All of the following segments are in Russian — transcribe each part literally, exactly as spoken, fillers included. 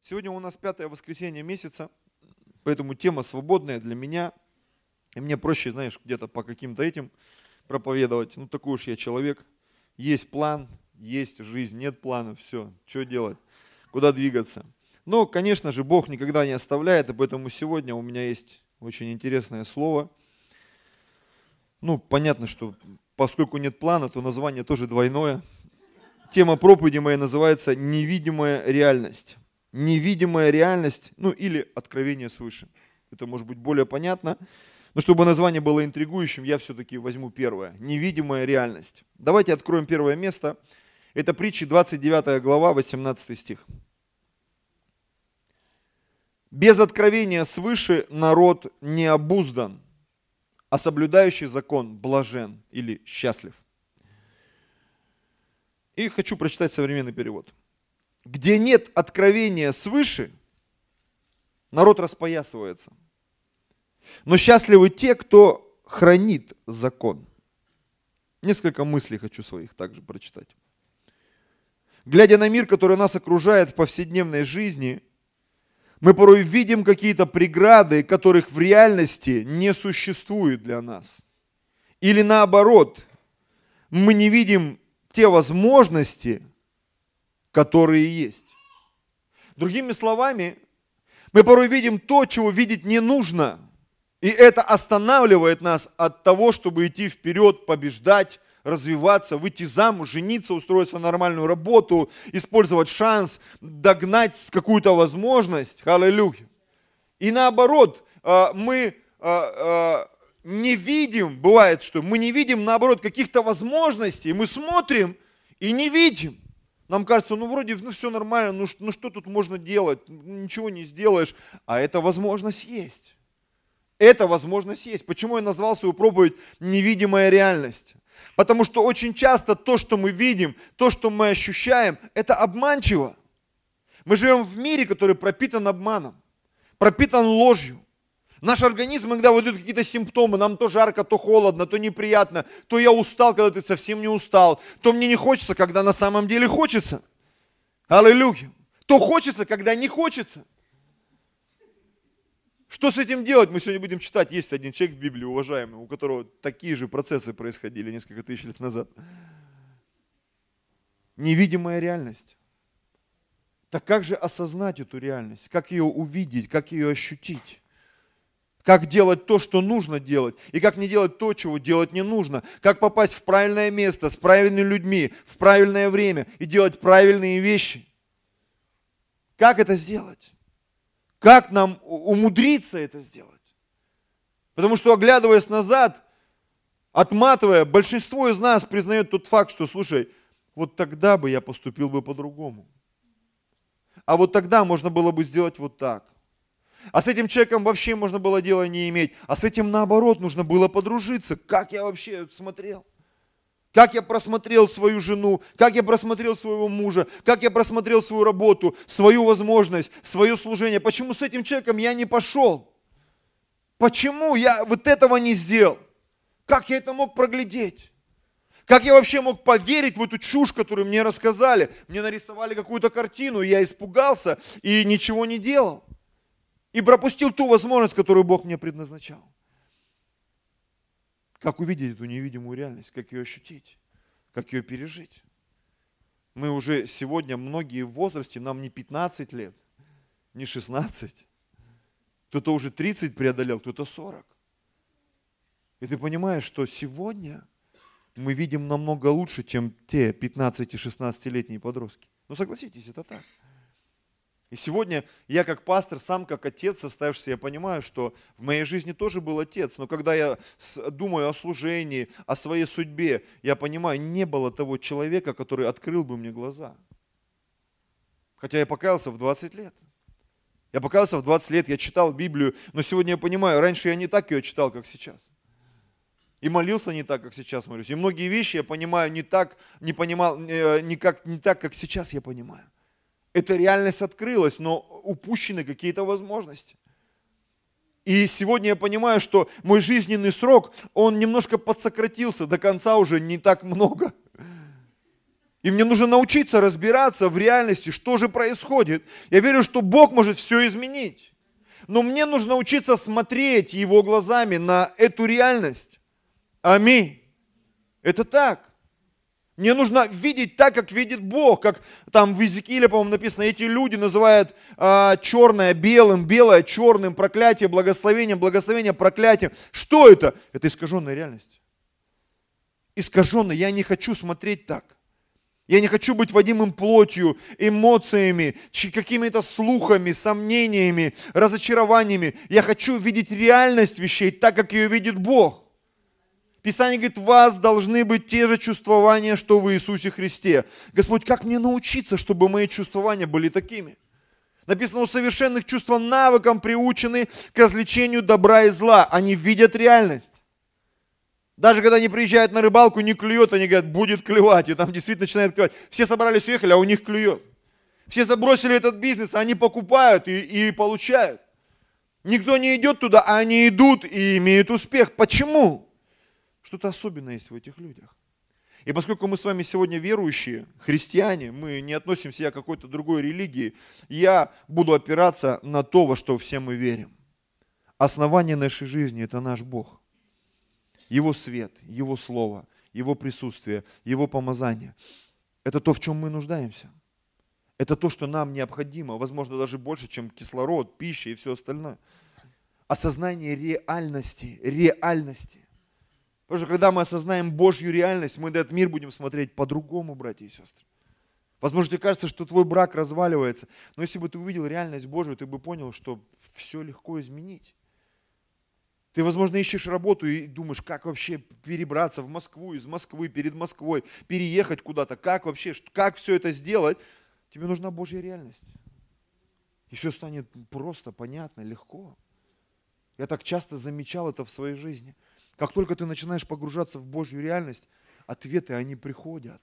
Сегодня у нас пятое воскресенье месяца, поэтому тема свободная для меня. И мне проще, знаешь, где-то по каким-то этим проповедовать. Ну, такой уж я человек. Есть план, есть жизнь, нет плана, все. Что делать? Куда двигаться? Но, конечно же, Бог никогда не оставляет, и поэтому сегодня у меня есть очень интересное слово. Ну, понятно, что поскольку нет плана, то название тоже двойное. Тема проповеди моей называется «Невидимая реальность». Невидимая реальность, ну или откровение свыше. Это может быть более понятно. Но чтобы название было интригующим, я все-таки возьму первое. Невидимая реальность. Давайте откроем первое место. Это притчи двадцать девятая глава, восемнадцатый стих. «Без откровения свыше народ не обуздан, а соблюдающий закон блажен» или «счастлив». И хочу прочитать современный перевод. «Где нет откровения свыше, народ распоясывается. Но счастливы те, кто хранит закон». Несколько мыслей хочу своих также прочитать. Глядя на мир, который нас окружает в повседневной жизни, мы порой видим какие-то преграды, которых в реальности не существует для нас. Или наоборот, мы не видим те возможности, которые есть. Другими словами, мы порой видим то, чего видеть не нужно. И это останавливает нас от того, чтобы идти вперед, побеждать, развиваться, выйти замуж, жениться, устроиться на нормальную работу, использовать шанс, догнать какую-то возможность. Аллилуйя. И наоборот, мы не видим, бывает, что мы не видим, наоборот, каких-то возможностей. Мы смотрим и не видим. Нам кажется, ну вроде ну, все нормально, ну, ну что тут можно делать, ничего не сделаешь. А эта возможность есть. Эта возможность есть. Почему я назвал свою проповедь «Невидимая реальность»? Потому что очень часто то, что мы видим, то, что мы ощущаем, это обманчиво. Мы живем в мире, который пропитан обманом, пропитан ложью. Наш организм иногда выдает какие-то симптомы, нам то жарко, то холодно, то неприятно, то я устал, когда ты совсем не устал, то мне не хочется, когда на самом деле хочется. Аллилуйя. То хочется, когда не хочется. Что с этим делать? Мы сегодня будем читать. Есть один человек в Библии, уважаемый, у которого такие же процессы происходили несколько тысяч лет назад. Невидимая реальность. Так как же осознать эту реальность? Как ее увидеть? Как ее ощутить? Как делать то, что нужно делать, и как не делать то, чего делать не нужно. Как попасть в правильное место, с правильными людьми, в правильное время и делать правильные вещи. Как это сделать? Как нам умудриться это сделать? Потому что, оглядываясь назад, отматывая, большинство из нас признает тот факт, что, слушай, вот тогда бы я поступил бы по-другому. А вот тогда можно было бы сделать вот так. А с этим человеком вообще можно было дела не иметь. А с этим наоборот нужно было подружиться. Как я вообще смотрел? Как я просмотрел свою жену? Как я просмотрел своего мужа? Как я просмотрел свою работу, свою возможность, свое служение? Почему с этим человеком я не пошел? Почему я вот этого не сделал? Как я это мог проглядеть? Как я вообще мог поверить в эту чушь, которую мне рассказали? Мне нарисовали какую-то картину, я испугался и ничего не делал. И пропустил ту возможность, которую Бог мне предназначал. Как увидеть эту невидимую реальность, как ее ощутить, как ее пережить. Мы уже сегодня, многие в возрасте, нам не пятнадцать лет, не шестнадцать. Кто-то уже тридцать преодолел, кто-то сорок. И ты понимаешь, что сегодня мы видим намного лучше, чем те пятнадцати-шестнадцатилетние подростки. Ну согласитесь, это так. И сегодня я как пастор, сам как отец составившийся, я понимаю, что в моей жизни тоже был отец. Но когда я думаю о служении, о своей судьбе, я понимаю, не было того человека, который открыл бы мне глаза. Хотя я покаялся в двадцать лет. Я покаялся в двадцать лет, я читал Библию, но сегодня я понимаю, раньше я не так ее читал, как сейчас. И молился не так, как сейчас молюсь. И многие вещи я понимаю не так, не понимал, не, как, не так, как сейчас я понимаю. Эта реальность открылась, но упущены какие-то возможности. И сегодня я понимаю, что мой жизненный срок, он немножко подсократился, до конца уже не так много. И мне нужно научиться разбираться в реальности, что же происходит. Я верю, что Бог может все изменить. Но мне нужно научиться смотреть Его глазами на эту реальность. Аминь. Это так. Мне нужно видеть так, как видит Бог. Как там в Иезекииле, по-моему, написано, эти люди называют а, черное белым, белое черным, проклятие благословением, благословение проклятием. Что это? Это искаженная реальность. Искаженная. Я не хочу смотреть так. Я не хочу быть водимым плотью, эмоциями, какими-то слухами, сомнениями, разочарованиями. Я хочу видеть реальность вещей так, как ее видит Бог. Писание говорит, у вас должны быть те же чувствования, что в Иисусе Христе. Господь, как мне научиться, чтобы мои чувствования были такими? Написано, у совершенных чувств навыкам приучены к развлечению добра и зла. Они видят реальность. Даже когда они приезжают на рыбалку, не клюет, они говорят, будет клевать. И там действительно начинает клевать. Все собрались, уехали, а у них клюет. Все забросили этот бизнес, а они покупают и, и получают. Никто не идет туда, а они идут и имеют успех. Почему? Что-то особенное есть в этих людях. И поскольку мы с вами сегодня верующие, христиане, мы не относим себя к какой-то другой религии, я буду опираться на то, во что все мы верим. Основание нашей жизни – это наш Бог. Его свет, Его Слово, Его присутствие, Его помазание. Это то, в чем мы нуждаемся. Это то, что нам необходимо, возможно, даже больше, чем кислород, пища и все остальное. Осознание реальности, реальности. Потому что когда мы осознаем Божью реальность, мы на этот мир будем смотреть по-другому, братья и сестры. Возможно, тебе кажется, что твой брак разваливается, но если бы ты увидел реальность Божию, ты бы понял, что все легко изменить. Ты, возможно, ищешь работу и думаешь, как вообще перебраться в Москву, из Москвы, перед Москвой, переехать куда-то, как вообще, как все это сделать. Тебе нужна Божья реальность. И все станет просто, понятно, легко. Я так часто замечал это в своей жизни. Как только ты начинаешь погружаться в Божью реальность, ответы, они приходят.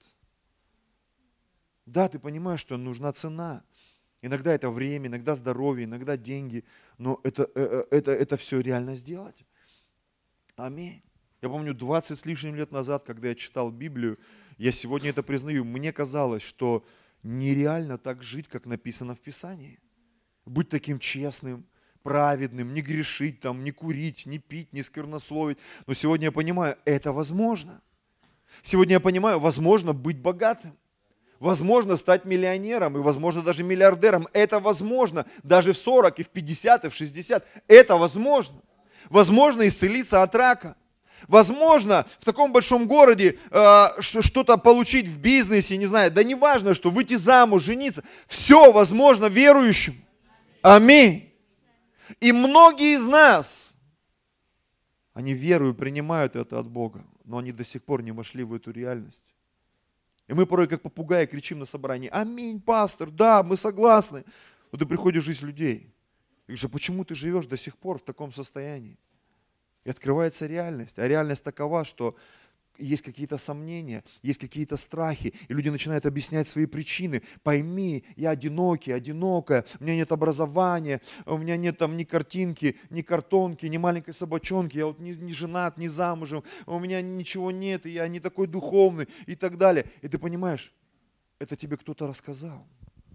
Да, ты понимаешь, что нужна цена. Иногда это время, иногда здоровье, иногда деньги, но это, это, это все реально сделать. Аминь. Я помню, двадцать с лишним лет назад, когда я читал Библию, я сегодня это признаю, мне казалось, что нереально так жить, как написано в Писании. Быть таким честным, праведным, не грешить, там, не курить, не пить, не сквернословить. Но сегодня я понимаю, это возможно. Сегодня я понимаю, возможно быть богатым. Возможно стать миллионером и, возможно, даже миллиардером. Это возможно даже в сорок, и в пятьдесят, и в шестьдесят. Это возможно. Возможно исцелиться от рака. Возможно в таком большом городе э, что-то получить в бизнесе, не знаю. Да не важно, что выйти замуж, жениться. Все возможно верующим. Аминь. И многие из нас, они верою принимают это от Бога, но они до сих пор не вошли в эту реальность. И мы порой как попугаи кричим на собрании: аминь, пастор, да, мы согласны. Но ты приходишь в жизнь людей. И говоришь, а почему ты живешь до сих пор в таком состоянии? И открывается реальность. А реальность такова, что есть какие-то сомнения, есть какие-то страхи, и люди начинают объяснять свои причины. Пойми, я одинокий, одинокая, у меня нет образования, у меня нет там ни картинки, ни картонки, ни маленькой собачонки, я вот не, не женат, не замужем, у меня ничего нет, и я не такой духовный и так далее. И ты понимаешь, это тебе кто-то рассказал.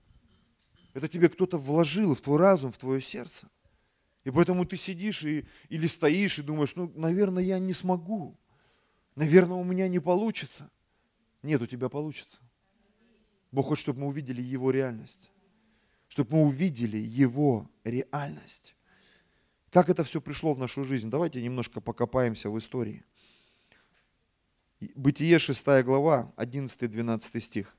Это тебе кто-то вложил в твой разум, в твое сердце. И поэтому ты сидишь и, или стоишь и думаешь, ну, наверное, я не смогу. Наверное, у меня не получится. Нет, у тебя получится. Бог хочет, чтобы мы увидели Его реальность. Чтобы мы увидели Его реальность. Как это все пришло в нашу жизнь? Давайте немножко покопаемся в истории. Бытие шестая глава, одиннадцатый-двенадцатый стих.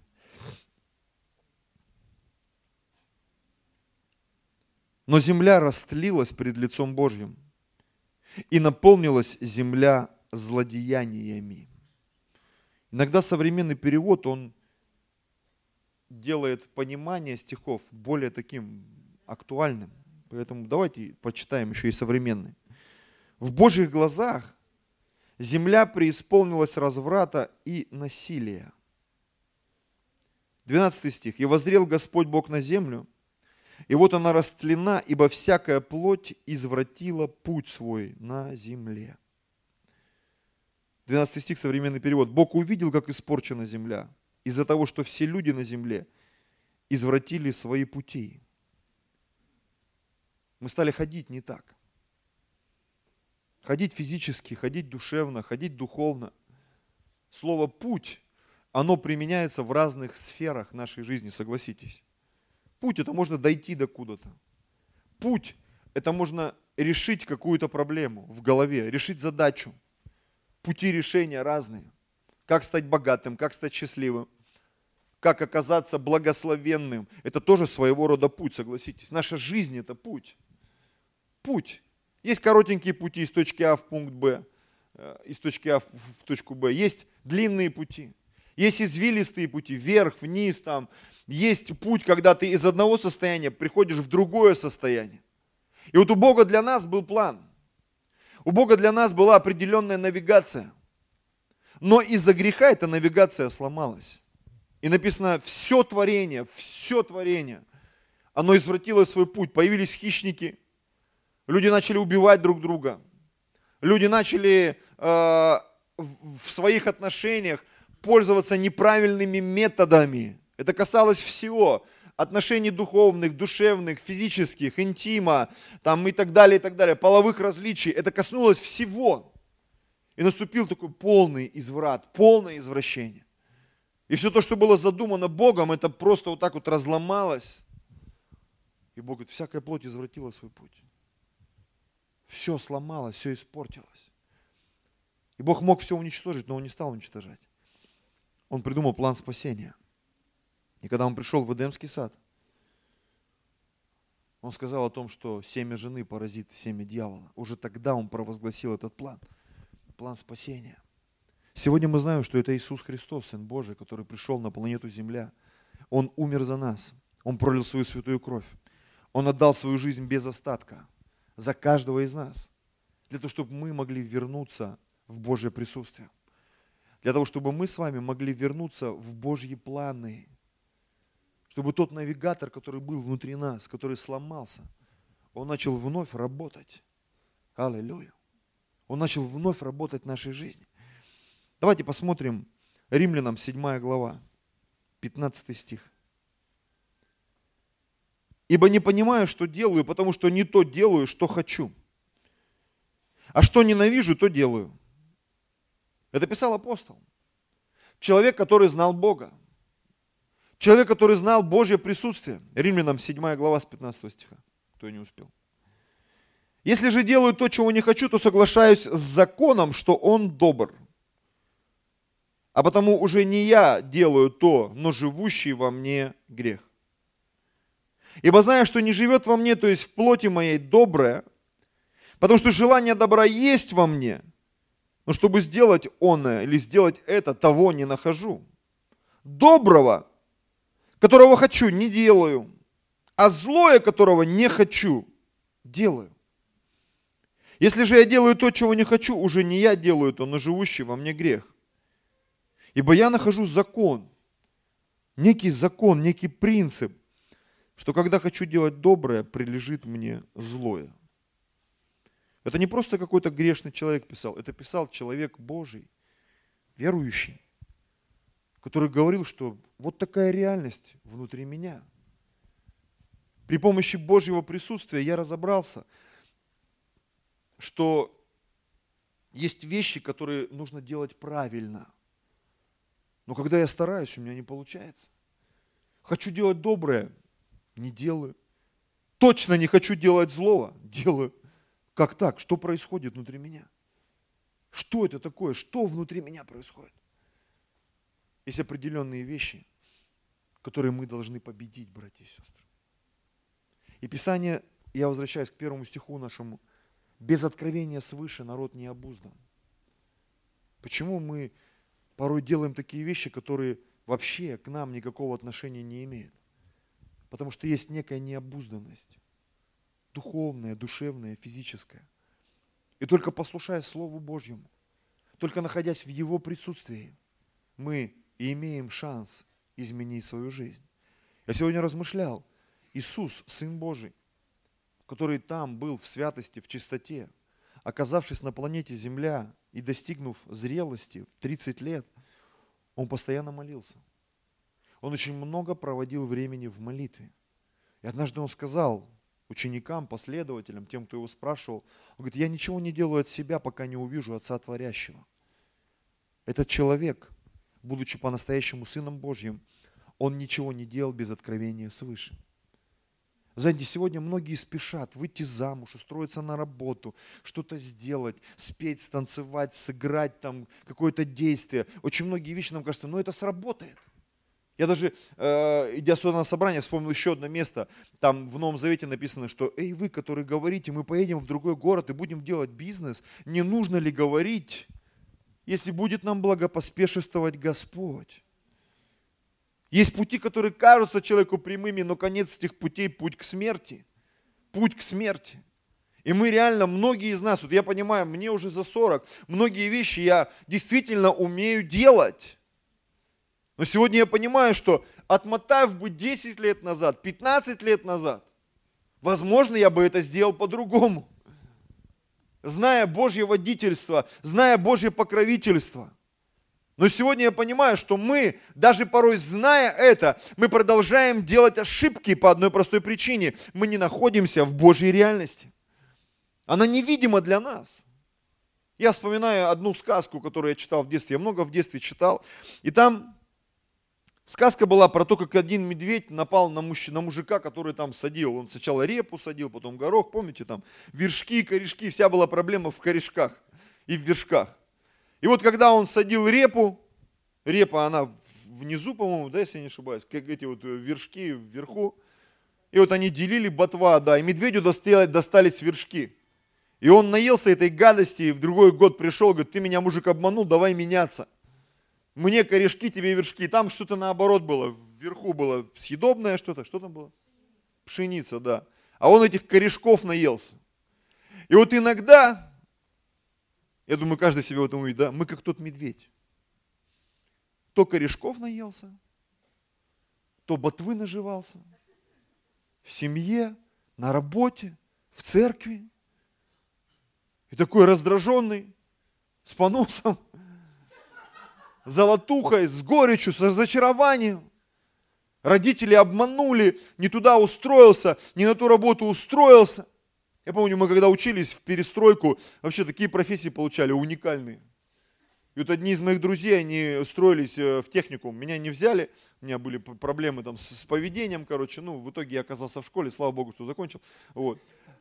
Но земля растлилась пред лицом Божьим, и наполнилась земля злодеяниями. Иногда современный перевод, он делает понимание стихов более таким актуальным. Поэтому давайте почитаем еще и современный. В Божьих глазах земля преисполнилась разврата и насилия. двенадцатый стих. «И воззрел Господь Бог на землю, и вот она растлена, ибо всякая плоть извратила путь свой на земле». двенадцатый стих, современный перевод. «Бог увидел, как испорчена земля, из-за того, что все люди на земле извратили свои пути. Мы стали ходить не так. Ходить физически, ходить душевно, ходить духовно. Слово «путь», оно применяется в разных сферах нашей жизни, согласитесь. Путь – это можно дойти до куда-то. Путь – это можно решить какую-то проблему в голове, решить задачу. Пути решения разные. Как стать богатым, как стать счастливым, как оказаться благословенным. Это тоже своего рода путь, согласитесь. Наша жизнь – это путь. Путь. Есть коротенькие пути из точки А в пункт Б, из точки А в точку Б. Есть длинные пути. Есть извилистые пути, вверх, вниз. Там. Есть путь, когда ты из одного состояния приходишь в другое состояние. И вот у Бога для нас был план. У Бога для нас была определенная навигация. Но из-за греха эта навигация сломалась. И написано, все творение, все творение, оно извратило свой путь. Появились хищники, люди начали убивать друг друга. Люди начали э, в своих отношениях пользоваться неправильными методами. Это касалось всего. Отношений духовных, душевных, физических, интима, там и так далее, и так далее, половых различий. Это коснулось всего. И наступил такой полный изврат, полное извращение. И все то, что было задумано Богом, это просто вот так вот разломалось. И Бог говорит, всякая плоть извратила свой путь. Все сломалось, все испортилось. И Бог мог все уничтожить, но Он не стал уничтожать. Он придумал план спасения. И когда Он пришел в Эдемский сад, Он сказал о том, что семя жены поразит семя дьявола. Уже тогда Он провозгласил этот план. План спасения. Сегодня мы знаем, что это Иисус Христос, Сын Божий, который пришел на планету Земля. Он умер за нас. Он пролил свою святую кровь. Он отдал свою жизнь без остатка за каждого из нас. Для того, чтобы мы могли вернуться в Божье присутствие. Для того, чтобы мы с вами могли вернуться в Божьи планы. Чтобы тот навигатор, который был внутри нас, который сломался, он начал вновь работать. Аллилуйя. Он начал вновь работать в нашей жизни. Давайте посмотрим Римлянам седьмая глава, пятнадцатый стих. «Ибо не понимаю, что делаю, потому что не то делаю, что хочу. А что ненавижу, то делаю». Это писал апостол. Человек, который знал Бога. Человек, который знал Божье присутствие. Римлянам седьмая глава с пятнадцатого стиха. Кто не успел. «Если же делаю то, чего не хочу, то соглашаюсь с законом, что он добр. А потому уже не я делаю то, но живущий во мне грех. Ибо знаю, что не живет во мне, то есть в плоти моей доброе, потому что желание добра есть во мне, но чтобы сделать оное или сделать это, того не нахожу. Доброго, которого хочу, не делаю, а злое, которого не хочу, делаю. Если же я делаю то, чего не хочу, уже не я делаю то, но живущий во мне грех. Ибо я нахожу закон, некий закон, некий принцип, что когда хочу делать доброе, прилежит мне злое. Это не просто какой-то грешный человек писал, это писал человек Божий, верующий, который говорил, что вот такая реальность внутри меня. При помощи Божьего присутствия я разобрался, что есть вещи, которые нужно делать правильно. Но когда я стараюсь, у меня не получается. Хочу делать доброе, не делаю. Точно не хочу делать злого, делаю. Как так? Что происходит внутри меня? Что это такое? Что внутри меня происходит? Есть определенные вещи, которые мы должны победить, братья и сестры. И Писание, я возвращаюсь к первому стиху нашему, без откровения свыше народ не обуздан. Почему мы порой делаем такие вещи, которые вообще к нам никакого отношения не имеют? Потому что есть некая необузданность. Духовная, душевная, физическая. И только послушая Слову Божьему, только находясь в Его присутствии, мы имеем шанс изменить свою жизнь. Я сегодня размышлял, Иисус, Сын Божий, который там был в святости, в чистоте, оказавшись на планете Земля и достигнув зрелости в тридцать лет, Он постоянно молился. Он очень много проводил времени в молитве. И однажды он сказал ученикам, последователям, тем, кто его спрашивал, он говорит, я ничего не делаю от себя, пока не увижу Отца Творящего. Этот человек, будучи по-настоящему Сыном Божьим, он ничего не делал без откровения свыше. Знаете, сегодня многие спешат выйти замуж, устроиться на работу, что-то сделать, спеть, станцевать, сыграть, там, какое-то действие. Очень многие вещи нам кажется, ну это сработает. Я даже, э, идя сюда на собрание, вспомнил еще одно место. Там в Новом Завете написано, что «Эй, вы, которые говорите, мы поедем в другой город и будем делать бизнес, не нужно ли говорить, если будет нам благопоспешествовать Господь?» Есть пути, которые кажутся человеку прямыми, но конец этих путей – путь к смерти. Путь к смерти. И мы реально, многие из нас, вот я понимаю, мне уже за сорок, многие вещи я действительно умею делать. Но сегодня я понимаю, что отмотав бы десять лет назад, пятнадцать лет назад, возможно, я бы это сделал по-другому. Зная Божье водительство, зная Божье покровительство. Но сегодня я понимаю, что мы, даже порой зная это, мы продолжаем делать ошибки по одной простой причине. Мы не находимся в Божьей реальности. Она невидима для нас. Я вспоминаю одну сказку, которую я читал в детстве. Я много в детстве читал. И там сказка была про то, как один медведь напал на, мужч... на мужика, который там садил. Он сначала репу садил, потом горох. Помните, там вершки, корешки. Вся была проблема в корешках и в вершках. И вот когда он садил репу, репа она внизу, по-моему, да, если я не ошибаюсь, как эти вот вершки вверху. И вот они делили ботва, да, и медведю достались вершки. И он наелся этой гадости, и в другой год пришел, говорит, ты меня, мужик, обманул, давай меняться. Мне корешки, тебе вершки. Там что-то наоборот было, вверху было съедобное что-то, что там было? Пшеница, да. А он этих корешков наелся. И вот иногда... Я думаю, каждый себе в этом увидит, да? Мы как тот медведь. То корешков наелся, то ботвы наживался. В семье, на работе, в церкви. И такой раздраженный, с поносом, золотухой, с горечью, с разочарованием. Родители обманули, не туда устроился, не на ту работу устроился. Я помню, мы когда учились в перестройку, вообще такие профессии получали, уникальные. И вот одни из моих друзей, они устроились в техникум, меня не взяли, у меня были проблемы там с поведением, короче, ну, в итоге я оказался в школе, слава богу, что закончил. Вот.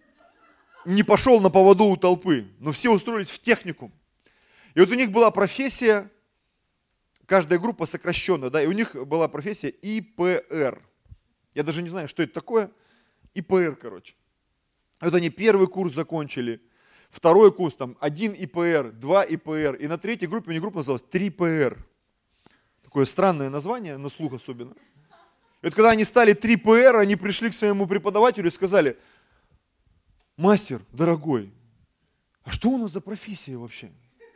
Не пошел на поводу у толпы, но все устроились в техникум. И вот у них была профессия, каждая группа сокращенная, да, и у них была профессия И П Р. Я даже не знаю, что это такое, И П Р, короче. Вот они первый курс закончили, второй курс, там, один И П Р, два И П Р, и на третьей группе, у них группа называлась три П Р. Такое странное название, на слух особенно. И вот когда они стали три П Р, они пришли к своему преподавателю и сказали, мастер, дорогой, а что у нас за профессия вообще?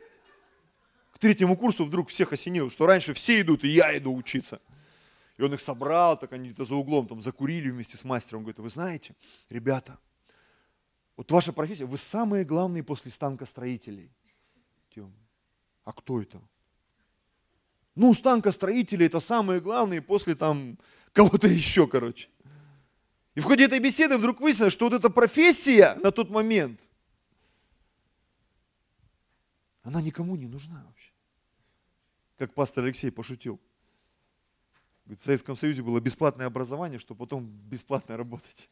К третьему курсу вдруг всех осенило, что раньше все идут, и я иду учиться. И он их собрал, так они за углом там закурили вместе с мастером. Он говорит, вы знаете, ребята, вот ваша профессия, вы самые главные после станкостроителей. А кто это? Ну, станкостроители это самые главные после там кого-то еще, короче. И в ходе этой беседы вдруг выяснилось, что вот эта профессия на тот момент, она никому не нужна вообще. Как пастор Алексей пошутил. Говорит, в Советском Союзе было бесплатное образование, чтобы потом бесплатно работать.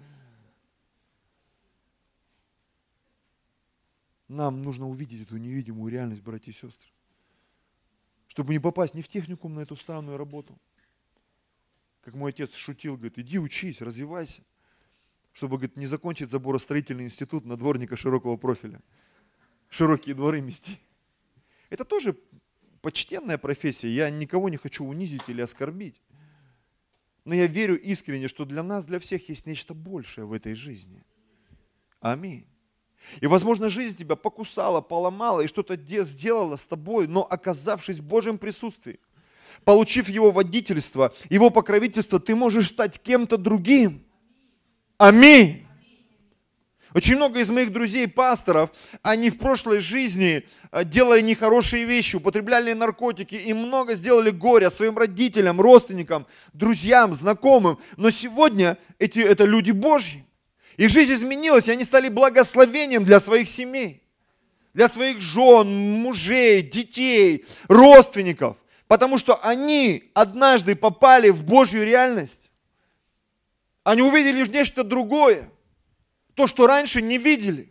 Нам нужно увидеть эту невидимую реальность, братья и сестры. Чтобы не попасть ни в техникум на эту странную работу. Как мой отец шутил, говорит, иди учись, развивайся. Чтобы, говорит, не закончить заборостроительный институт на дворника широкого профиля. Широкие дворы мести. Это тоже почтенная профессия. Я никого не хочу унизить или оскорбить. Но я верю искренне, что для нас, для всех есть нечто большее в этой жизни. Аминь. И, возможно, жизнь тебя покусала, поломала и что-то сделала с тобой, но оказавшись в Божьем присутствии, получив Его водительство, Его покровительство, ты можешь стать кем-то другим. Аминь. Очень много из моих друзей-пасторов, они в прошлой жизни делали нехорошие вещи, употребляли наркотики и много сделали горя своим родителям, родственникам, друзьям, знакомым. Но сегодня эти, это люди Божьи. Их жизнь изменилась, и они стали благословением для своих семей, для своих жен, мужей, детей, родственников. Потому что они однажды попали в Божью реальность. Они увидели нечто другое. То, что раньше не видели.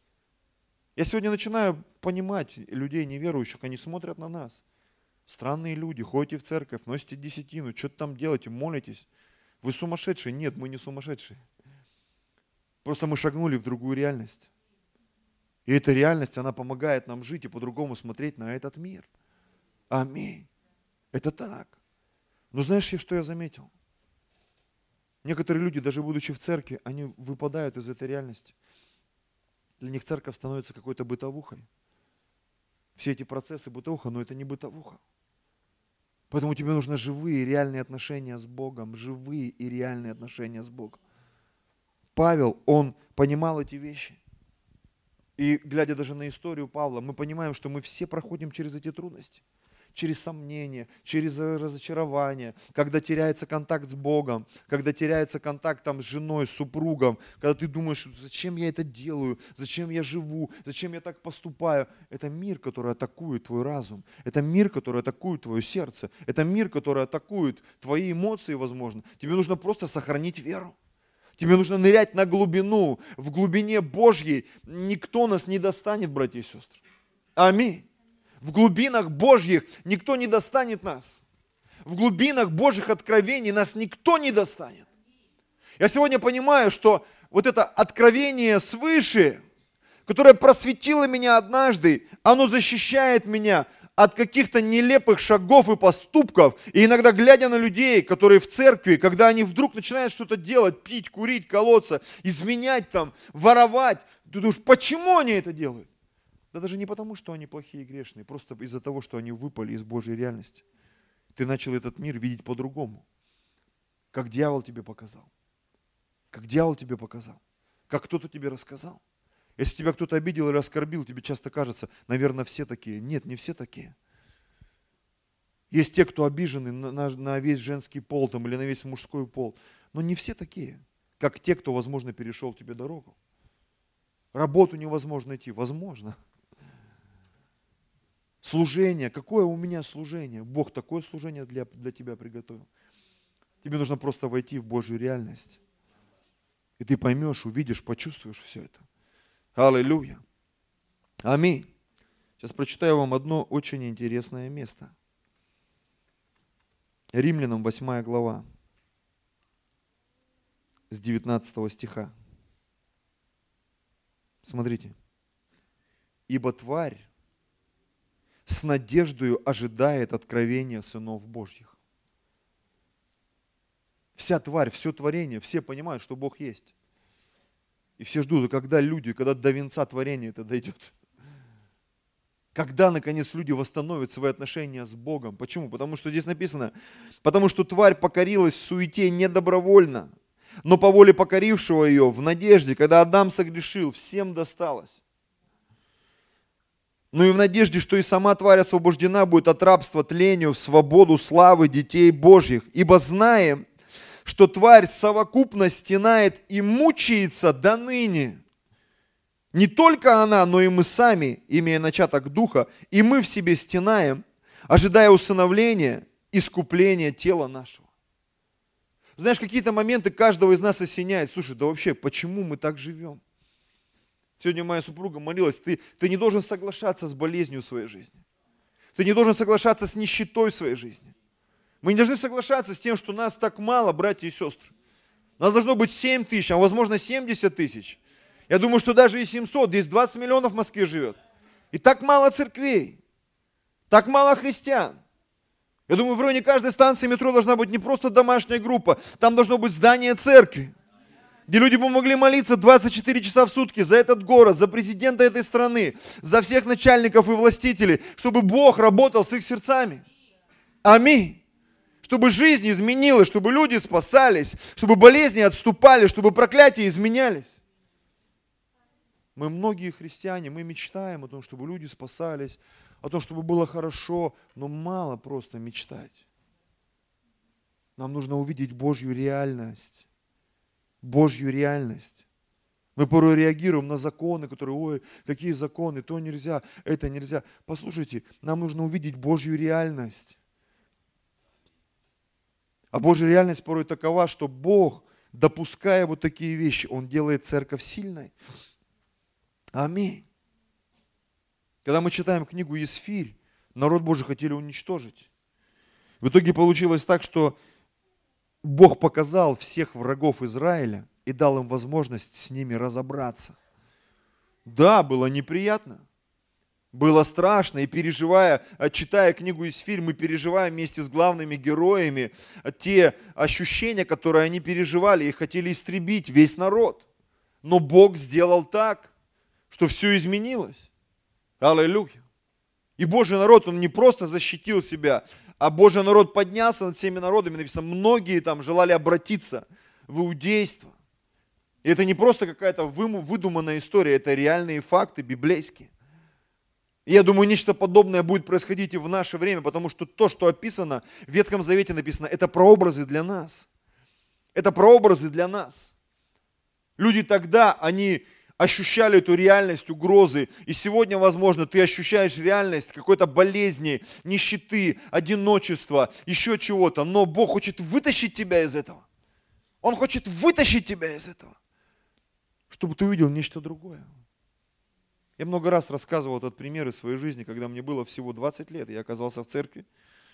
Я сегодня начинаю понимать людей неверующих, они смотрят на нас. Странные люди, ходите в церковь, носите десятину, что-то там делаете, молитесь. Вы сумасшедшие? Нет, мы не сумасшедшие. Просто мы шагнули в другую реальность. И эта реальность, она помогает нам жить и по-другому смотреть на этот мир. Аминь. Это так. Но знаешь, что я заметил? Некоторые люди, даже будучи в церкви, они выпадают из этой реальности. Для них церковь становится какой-то бытовухой. Все эти процессы бытовуха, но это не бытовуха. Поэтому тебе нужны живые, реальные отношения с Богом. Живые и реальные отношения с Богом. Павел, он понимал эти вещи. И глядя даже на историю Павла, мы понимаем, что мы все проходим через эти трудности. Через сомнения, через разочарование, когда теряется контакт с Богом, когда теряется контакт там, с женой, с супругом, когда ты думаешь, зачем я это делаю, зачем я живу, зачем я так поступаю. Это мир, который атакует твой разум, это мир, который атакует твое сердце, это мир, который атакует твои эмоции, возможно. Тебе нужно просто сохранить веру. Тебе нужно нырять на глубину, в глубине Божьей. Никто нас не достанет, братья и сестры. Аминь. В глубинах Божьих никто не достанет нас. В глубинах Божьих откровений нас никто не достанет. Я сегодня понимаю, что вот это откровение свыше, которое просветило меня однажды, оно защищает меня от каких-то нелепых шагов и поступков. И иногда, глядя на людей, которые в церкви, когда они вдруг начинают что-то делать, пить, курить, колоться, изменять там, воровать, ты думаешь, почему они это делают? Да даже не потому, что они плохие и грешные, просто из-за того, что они выпали из Божьей реальности. Ты начал этот мир видеть по-другому. Как дьявол тебе показал. Как дьявол тебе показал. Как кто-то тебе рассказал. Если тебя кто-то обидел или оскорбил, тебе часто кажется, наверное, все такие. Нет, не все такие. Есть те, кто обижены на, на, на весь женский пол там, или на весь мужской пол. Но не все такие, как те, кто, возможно, перешел тебе дорогу. Работу невозможно найти. Возможно. Служение. Какое у меня служение? Бог такое служение для, для тебя приготовил. Тебе нужно просто войти в Божью реальность. И ты поймешь, увидишь, почувствуешь все это. Аллилуйя. Аминь. Сейчас прочитаю вам одно очень интересное место. Римлянам восьмая глава. С девятнадцатого стиха. Смотрите. Ибо тварь с надеждою ожидает откровения сынов Божьих. Вся тварь, все творение, все понимают, что Бог есть. И все ждут, когда люди, когда до венца творения это дойдет. Когда, наконец, люди восстановят свои отношения с Богом. Почему? Потому что здесь написано, потому что тварь покорилась суете не добровольно, но по воле покорившего ее, в надежде, когда Адам согрешил, всем досталось. Ну и в надежде, что и сама тварь освобождена будет от рабства тлению в свободу славы детей Божьих. Ибо знаем, что тварь совокупно стенает и мучается до ныне. Не только она, но и мы сами, имея начаток духа, и мы в себе стенаем, ожидая усыновления, искупления тела нашего. Знаешь, какие-то моменты каждого из нас осеняет. Слушай, да вообще, почему мы так живем? Сегодня моя супруга молилась, ты, ты не должен соглашаться с болезнью в своей жизни. Ты не должен соглашаться с нищетой в своей жизни. Мы не должны соглашаться с тем, что нас так мало, братья и сестры. Нас должно быть семь тысяч, а возможно семьдесят тысяч. Я думаю, что даже и семьсот, здесь двадцать миллионов в Москве живет. И так мало церквей, так мало христиан. Я думаю, в районе каждой станции метро должна быть не просто домашняя группа, там должно быть здание церкви, где люди бы могли молиться двадцать четыре часа в сутки за этот город, за президента этой страны, за всех начальников и властителей, чтобы Бог работал с их сердцами. Аминь. Чтобы жизнь изменилась, чтобы люди спасались, чтобы болезни отступали, чтобы проклятия изменялись. Мы многие христиане, мы мечтаем о том, чтобы люди спасались, о том, чтобы было хорошо, но мало просто мечтать. Нам нужно увидеть Божью реальность. Божью реальность. Мы порой реагируем на законы, которые, ой, какие законы, то нельзя, это нельзя. Послушайте, нам нужно увидеть Божью реальность. А Божья реальность порой такова, что Бог, допуская вот такие вещи, Он делает церковь сильной. Аминь. Когда мы читаем книгу Есфирь, народ Божий хотели уничтожить. В итоге получилось так, что Бог показал всех врагов Израиля и дал им возможность с ними разобраться. Да, было неприятно, было страшно, и переживая, читая книгу Есфирь, мы переживаем вместе с главными героями те ощущения, которые они переживали и хотели истребить весь народ. Но Бог сделал так, что все изменилось. Аллилуйя. И Божий народ, он не просто защитил себя, а Божий народ поднялся над всеми народами. Написано, многие там желали обратиться в иудейство. И это не просто какая-то выдуманная история, это реальные факты библейские. И я думаю, нечто подобное будет происходить и в наше время, потому что то, что описано в Ветхом Завете написано, это прообразы для нас. Это прообразы для нас. Люди тогда, они ощущали эту реальность угрозы. И сегодня, возможно, ты ощущаешь реальность какой-то болезни, нищеты, одиночества, еще чего-то. Но Бог хочет вытащить тебя из этого. Он хочет вытащить тебя из этого, чтобы ты увидел нечто другое. Я много раз рассказывал этот пример из своей жизни, когда мне было всего двадцать лет, я оказался в церкви.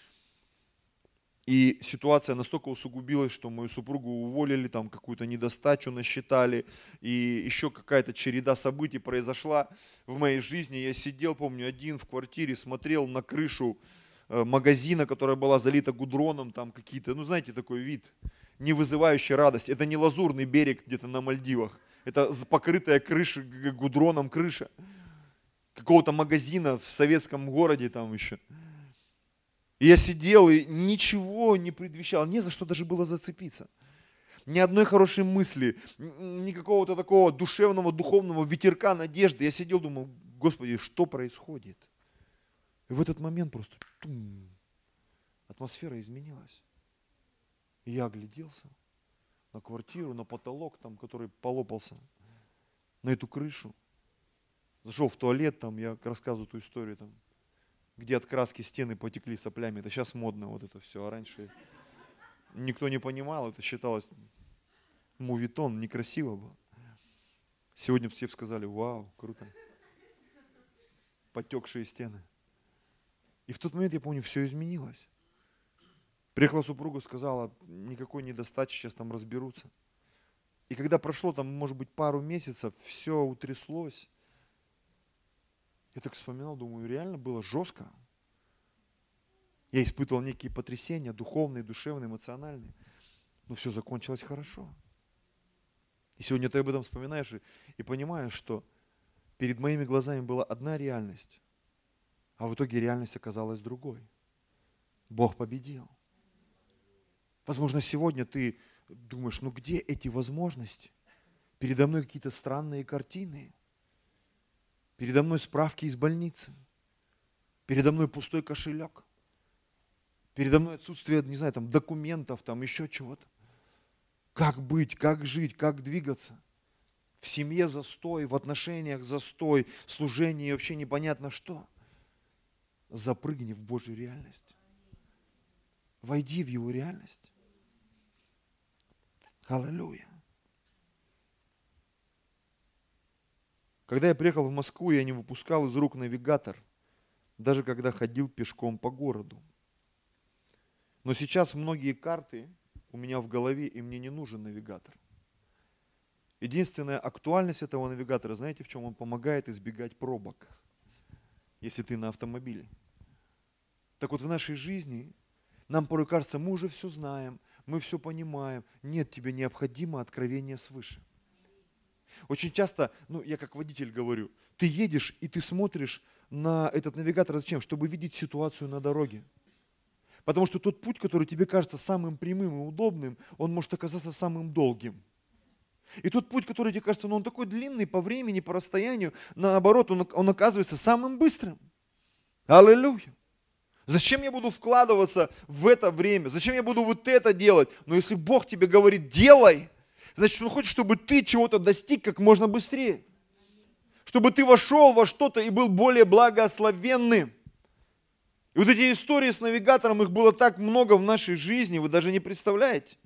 И ситуация настолько усугубилась, что мою супругу уволили, там какую-то недостачу насчитали, и еще какая-то череда событий произошла в моей жизни. Я сидел, помню, один в квартире, смотрел на крышу магазина, которая была залита гудроном, там какие-то, ну знаете, такой вид, не вызывающий радость. Это не лазурный берег где-то на Мальдивах, это покрытая крыша, гудроном крыша какого-то магазина в советском городе там еще. И я сидел и ничего не предвещал, не за что даже было зацепиться. Ни одной хорошей мысли, ни какого-то такого душевного, духовного ветерка надежды. Я сидел, думал, Господи, что происходит? И в этот момент просто тум, атмосфера изменилась. И я огляделся на квартиру, на потолок, там, который полопался, на эту крышу. Зашел в туалет, там, я рассказываю эту историю, там, где от краски стены потекли соплями. Это сейчас модно вот это все, а раньше никто не понимал, это считалось мувитон, некрасиво было. Сегодня все сказали, вау, круто. Потекшие стены. И в тот момент, я помню, все изменилось. Приехала супруга, сказала, никакой недостачи, сейчас там разберутся. И когда прошло там, может быть, пару месяцев, все утряслось. Я так вспоминал, думаю, реально было жестко. Я испытывал некие потрясения, духовные, душевные, эмоциональные. Но все закончилось хорошо. И сегодня ты об этом вспоминаешь и, и понимаешь, что перед моими глазами была одна реальность, а в итоге реальность оказалась другой. Бог победил. Возможно, сегодня ты думаешь, ну где эти возможности? Передо мной какие-то странные картины. Передо мной справки из больницы. Передо мной пустой кошелек. Передо мной отсутствие, не знаю, там, документов, там, еще чего-то. Как быть, как жить, как двигаться? В семье застой, в отношениях застой, в служении вообще непонятно что. Запрыгни в Божью реальность. Войди в Его реальность. Аллилуйя. Когда я приехал в Москву, я не выпускал из рук навигатор, даже когда ходил пешком по городу. Но сейчас многие карты у меня в голове, и мне не нужен навигатор. Единственная актуальность этого навигатора, знаете, в чем? Он помогает избегать пробок, если ты на автомобиле. Так вот, в нашей жизни нам порой кажется, мы уже все знаем, мы все понимаем. Нет, тебе необходимо откровение свыше. Очень часто, ну, я как водитель говорю, ты едешь и ты смотришь на этот навигатор зачем? Чтобы видеть ситуацию на дороге. Потому что тот путь, который тебе кажется самым прямым и удобным, он может оказаться самым долгим. И тот путь, который тебе кажется, ну он такой длинный по времени, по расстоянию, наоборот, он, он оказывается самым быстрым. Аллилуйя. Зачем я буду вкладываться в это время? Зачем я буду вот это делать? Но если Бог тебе говорит, делай, значит, Он хочет, чтобы ты чего-то достиг как можно быстрее. Чтобы ты вошел во что-то и был более благословенным. И вот эти истории с навигатором, их было так много в нашей жизни, вы даже не представляете.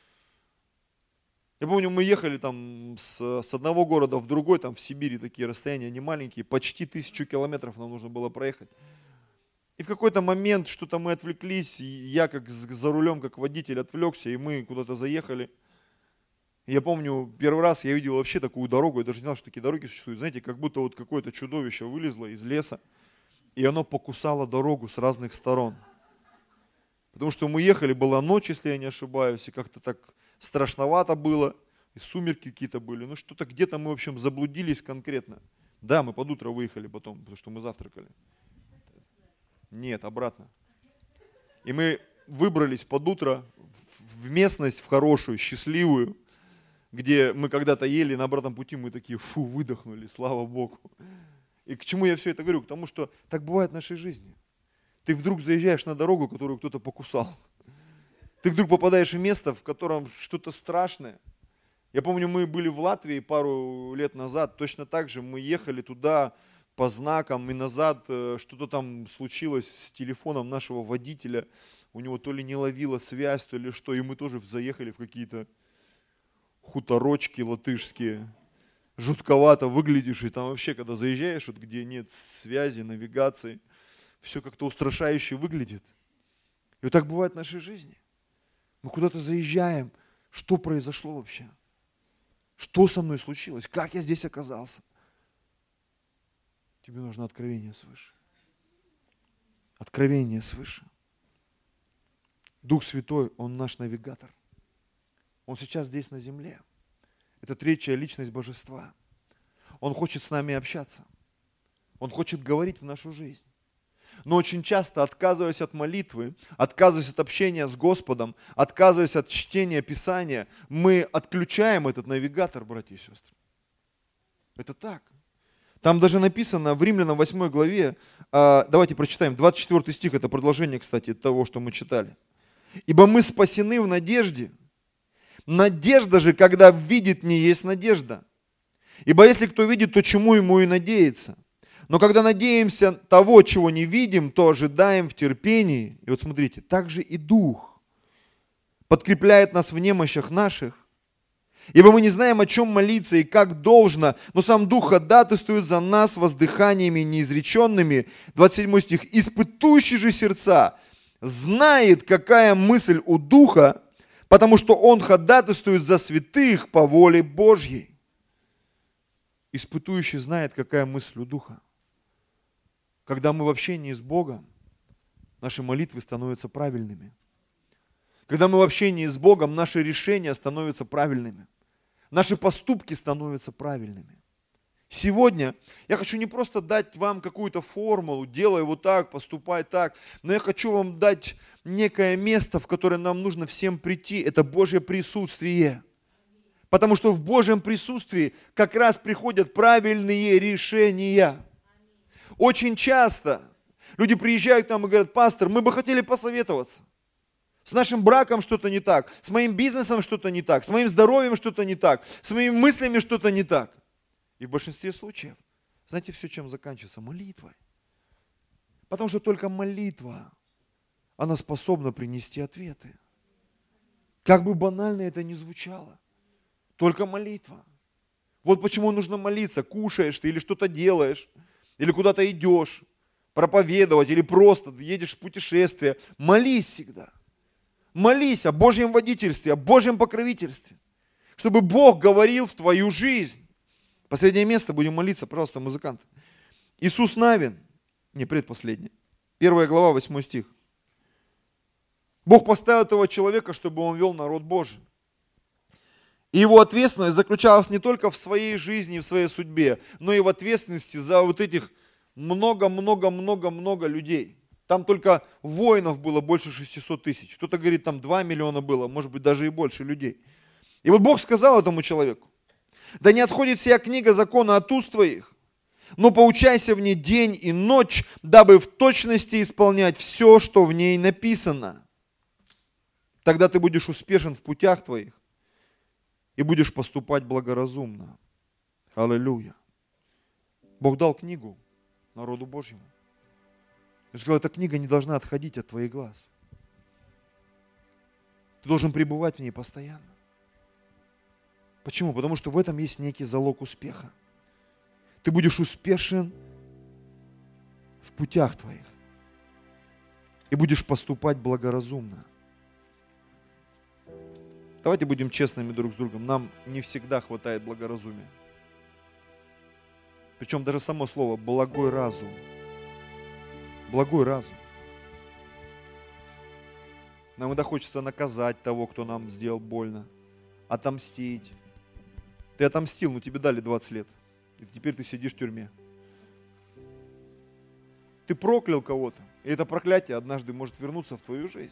Я помню, мы ехали там с, с одного города в другой, там в Сибири такие расстояния, не маленькие, почти тысячу километров нам нужно было проехать. И в какой-то момент что-то мы отвлеклись, и я как за рулем, как водитель отвлекся, и мы куда-то заехали. И я помню, первый раз я видел вообще такую дорогу, я даже не знал, что такие дороги существуют. Знаете, как будто вот какое-то чудовище вылезло из леса, и оно покусало дорогу с разных сторон. Потому что мы ехали, была ночь, если я не ошибаюсь, и как-то так страшновато было, и сумерки какие-то были. Ну что-то где-то мы, в общем, заблудились конкретно. Да, мы под утро выехали потом, потому что мы завтракали. Нет, обратно. И мы выбрались под утро в местность, в хорошую, счастливую, где мы когда-то ели, на обратном пути мы такие, фу, выдохнули, слава Богу. И к чему я все это говорю? К тому, что так бывает в нашей жизни. Ты вдруг заезжаешь на дорогу, которую кто-то покусал. Ты вдруг попадаешь в место, в котором что-то страшное. Я помню, мы были в Латвии пару лет назад, точно так же мы ехали туда по знакам и назад, что-то там случилось с телефоном нашего водителя, у него то ли не ловила связь, то ли что, и мы тоже заехали в какие-то хуторочки латышские, жутковато выглядишь, и там вообще, когда заезжаешь, вот где нет связи, навигации, все как-то устрашающе выглядит. И вот так бывает в нашей жизни. Мы куда-то заезжаем, что произошло вообще? Что со мной случилось? Как я здесь оказался? Тебе нужно откровение свыше. Откровение свыше. Дух Святой, Он наш навигатор. Он сейчас здесь на земле. Это третья личность Божества. Он хочет с нами общаться. Он хочет говорить в нашу жизнь. Но очень часто, отказываясь от молитвы, отказываясь от общения с Господом, отказываясь от чтения Писания, мы отключаем этот навигатор, братья и сестры. Это так. Там даже написано в Римлянам восьмой главе, давайте прочитаем, двадцать четвёртый стих, это продолжение, кстати, того, что мы читали. «Ибо мы спасены в надежде. Надежда же, когда видит, не есть надежда. Ибо если кто видит, то чему ему и надеяться? Но когда надеемся того, чего не видим, то ожидаем в терпении». И вот смотрите, также и Дух подкрепляет нас в немощах наших. Ибо мы не знаем, о чем молиться и как должно, но сам Дух ходатайствует за нас воздыханиями неизреченными. двадцать седьмой стих. «Испытующий же сердца знает, какая мысль у Духа, потому что Он ходатайствует за святых по воле Божьей». Испытующий знает, какая мысль у Духа. Когда мы в общении с Богом, наши молитвы становятся правильными. Когда мы в общении с Богом, наши решения становятся правильными. Наши поступки становятся правильными. Сегодня я хочу не просто дать вам какую-то формулу, делай вот так, поступай так, но я хочу вам дать некое место, в которое нам нужно всем прийти. Это Божье присутствие. Потому что в Божьем присутствии как раз приходят правильные решения. Очень часто люди приезжают к нам и говорят: пастор, мы бы хотели посоветоваться. С нашим браком что-то не так, с моим бизнесом что-то не так, с моим здоровьем что-то не так, с моими мыслями что-то не так. И в большинстве случаев, знаете, все чем заканчивается? Молитвой. Потому что только молитва, она способна принести ответы. Как бы банально это ни звучало, только молитва. Вот почему нужно молиться. Кушаешь ты или что-то делаешь, или куда-то идешь, проповедовать, или просто едешь в путешествие. Молись всегда. Молись о Божьем водительстве, о Божьем покровительстве, чтобы Бог говорил в твою жизнь. Последнее место, будем молиться, пожалуйста, музыкант. Иисус Навин, не предпоследнее, первая глава, восьмой стих. Бог поставил этого человека, чтобы он вел народ Божий. И его ответственность заключалась не только в своей жизни и в своей судьбе, но и в ответственности за вот этих много-много-много-много людей. Там только воинов было больше шестисот тысяч. Кто-то говорит, там два миллиона было, может быть, даже и больше людей. И вот Бог сказал этому человеку: Да не отходит сия книга закона от уст твоих, но поучайся в ней день и ночь, дабы в точности исполнять все, что в ней написано. Тогда ты будешь успешен в путях твоих и будешь поступать благоразумно. Аллилуйя. Бог дал книгу народу Божьему. Он сказал, эта книга не должна отходить от твоих глаз. Ты должен пребывать в ней постоянно. Почему? Потому что в этом есть некий залог успеха. Ты будешь успешен в путях твоих и будешь поступать благоразумно. Давайте будем честными друг с другом. Нам не всегда хватает благоразумия. Причем даже само слово «благой разум». Благой разум. Нам иногда хочется наказать того, кто нам сделал больно. Отомстить. Ты отомстил, но тебе дали двадцать лет. И теперь ты сидишь в тюрьме. Ты проклял кого-то. И это проклятие однажды может вернуться в твою жизнь.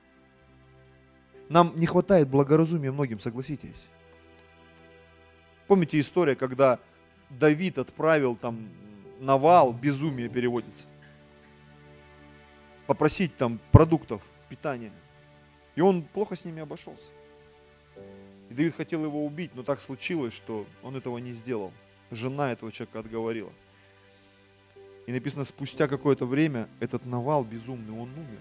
Нам не хватает благоразумия многим, согласитесь. Помните история, когда Давид отправил там Навал, безумие переводится, попросить там продуктов, питания. И он плохо с ними обошелся. И Давид хотел его убить, но так случилось, что он этого не сделал. Жена этого человека отговорила. И написано, спустя какое-то время этот Навал безумный, он умер.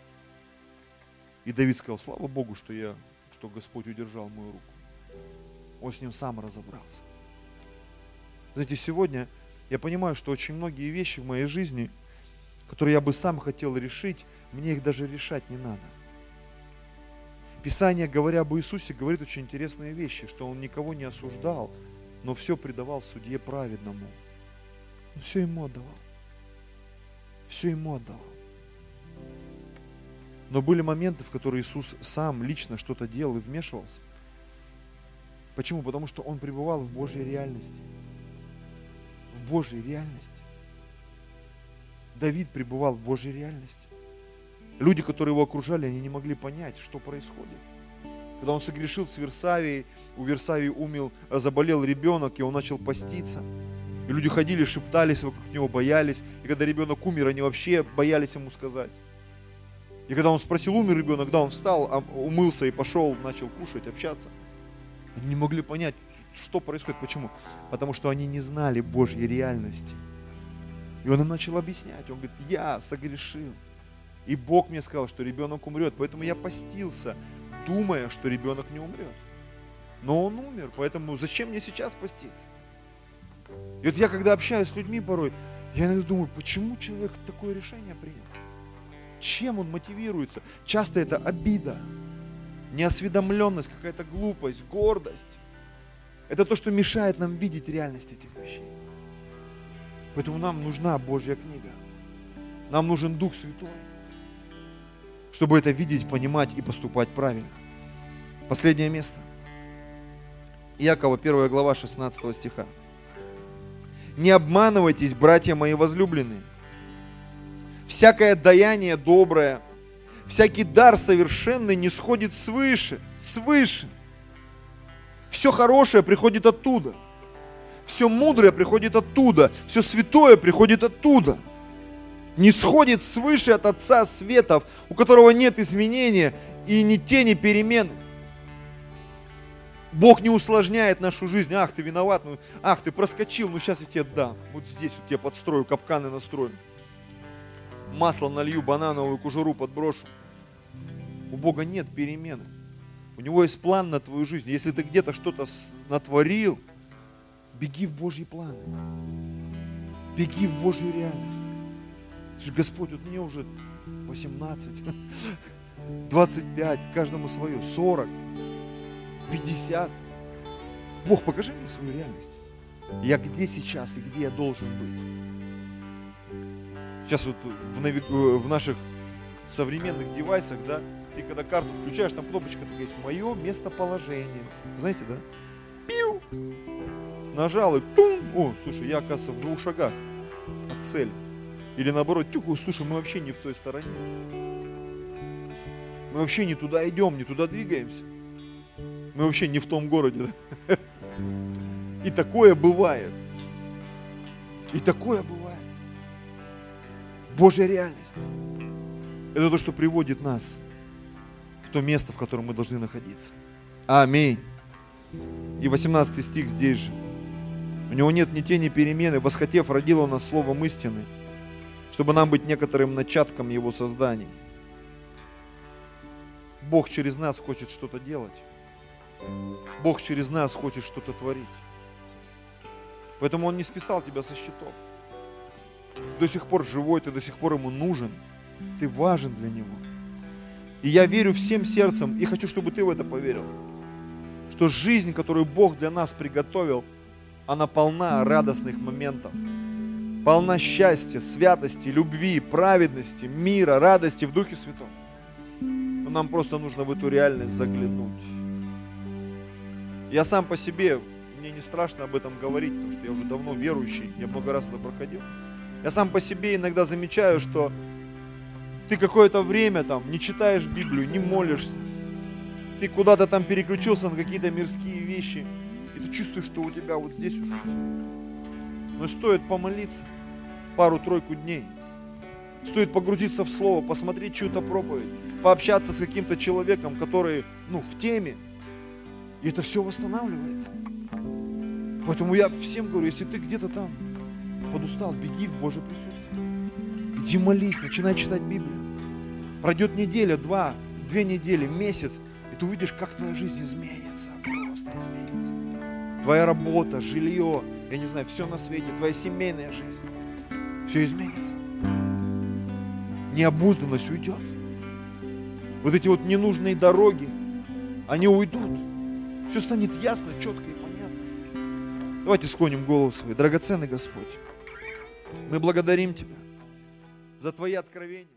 И Давид сказал, слава Богу, что я, что Господь удержал мою руку. Он с ним сам разобрался. Знаете, сегодня я понимаю, что очень многие вещи в моей жизни, которые я бы сам хотел решить, мне их даже решать не надо. Писание, говоря об Иисусе, говорит очень интересные вещи, что Он никого не осуждал, но все предавал судье праведному. Он все Ему отдавал. Все Ему отдавал. Но были моменты, в которые Иисус сам лично что-то делал и вмешивался. Почему? Потому что Он пребывал в Божьей реальности. В Божьей реальности. Давид пребывал в Божьей реальности. Люди, которые его окружали, они не могли понять, что происходит. Когда он согрешил с Версавией, у Версавии умер, заболел ребенок, и он начал поститься. И люди ходили, шептались вокруг него, боялись. И когда ребенок умер, они вообще боялись ему сказать. И когда он спросил, умер ребенок, да, он встал, умылся и пошел, начал кушать, общаться. Они не могли понять, что происходит. Почему? Потому что они не знали Божьей реальности. И он им начал объяснять. Он говорит, я согрешил. И Бог мне сказал, что ребенок умрет. Поэтому я постился, думая, что ребенок не умрет. Но он умер, поэтому зачем мне сейчас поститься? И вот я, когда общаюсь с людьми порой, я иногда думаю, почему человек такое решение принял? Чем он мотивируется? Часто это обида, неосведомленность, какая-то глупость, гордость. Это то, что мешает нам видеть реальность этих вещей. Поэтому нам нужна Божья книга. Нам нужен Дух Святой, чтобы это видеть, понимать и поступать правильно. Последнее место. Иакова, первая глава, шестнадцатого стиха. «Не обманывайтесь, братья мои возлюбленные. Всякое даяние доброе, всякий дар совершенный не сходит свыше, свыше. Все хорошее приходит оттуда. Все мудрое приходит оттуда. Все святое приходит оттуда. Не сходит свыше от Отца Светов, у которого нет изменения и ни тени перемены». Бог не усложняет нашу жизнь. Ах, ты виноват, ну, ах, ты проскочил, ну сейчас я тебе дам. Вот здесь вот тебе подстрою, капканы настрою. Масло налью, банановую кожуру подброшу. У Бога нет перемены. У Него есть план на твою жизнь. Если ты где-то что-то натворил, беги в Божьи планы. Беги в Божью реальность. Скажи, Господь, вот мне уже восемнадцать, двадцать пять, каждому свое, сорок, пятьдесят. Бог, покажи мне свою реальность. Я где сейчас и где я должен быть. Сейчас вот в, нави... в наших современных девайсах, да, ты когда карту включаешь, там кнопочка такая есть, мое местоположение. Знаете, да? Пиу! Нажал и тум! О, слушай, я, оказывается, в двух шагах от цели. Или наоборот, тюк, слушай, мы вообще не в той стороне. Мы вообще не туда идем, не туда двигаемся. Мы вообще не в том городе. Да? И такое бывает. И такое бывает. Божья реальность. Это то, что приводит нас в то место, в котором мы должны находиться. Аминь. И восемнадцатый стих здесь же. У него нет ни тени перемены. Восхотев, родил он нас словом истины, чтобы нам быть некоторым начатком его создания. Бог через нас хочет что-то делать. Бог через нас хочет что-то творить. Поэтому Он не списал тебя со счетов. До сих пор живой, ты до сих пор Ему нужен. Ты важен для Него. И я верю всем сердцем, и хочу, чтобы ты в это поверил, что жизнь, которую Бог для нас приготовил, она полна радостных моментов, полна счастья, святости, любви, праведности, мира, радости в Духе Святом. Но нам просто нужно в эту реальность заглянуть. Я сам по себе, мне не страшно об этом говорить, потому что я уже давно верующий, я много раз это проходил. Я сам по себе иногда замечаю, что ты какое-то время там не читаешь Библию, не молишься, ты куда-то там переключился на какие-то мирские вещи, и ты чувствуешь, что у тебя вот здесь уже все. Но стоит помолиться пару-тройку дней, стоит погрузиться в Слово, посмотреть чью-то проповедь, пообщаться с каким-то человеком, который, ну, в теме, и это все восстанавливается. Поэтому я всем говорю, если ты где-то там подустал, беги в Божье присутствие. Иди молись, начинай читать Библию. Пройдет неделя, два, две недели, месяц, и ты увидишь, как твоя жизнь изменится, просто изменится. Твоя работа, жилье, я не знаю, все на свете, твоя семейная жизнь, все изменится. Необузданность уйдет. Вот эти вот ненужные дороги, они уйдут. Все станет ясно, четко и понятно. Давайте склоним голову свою. Драгоценный Господь, мы благодарим Тебя за Твои откровения.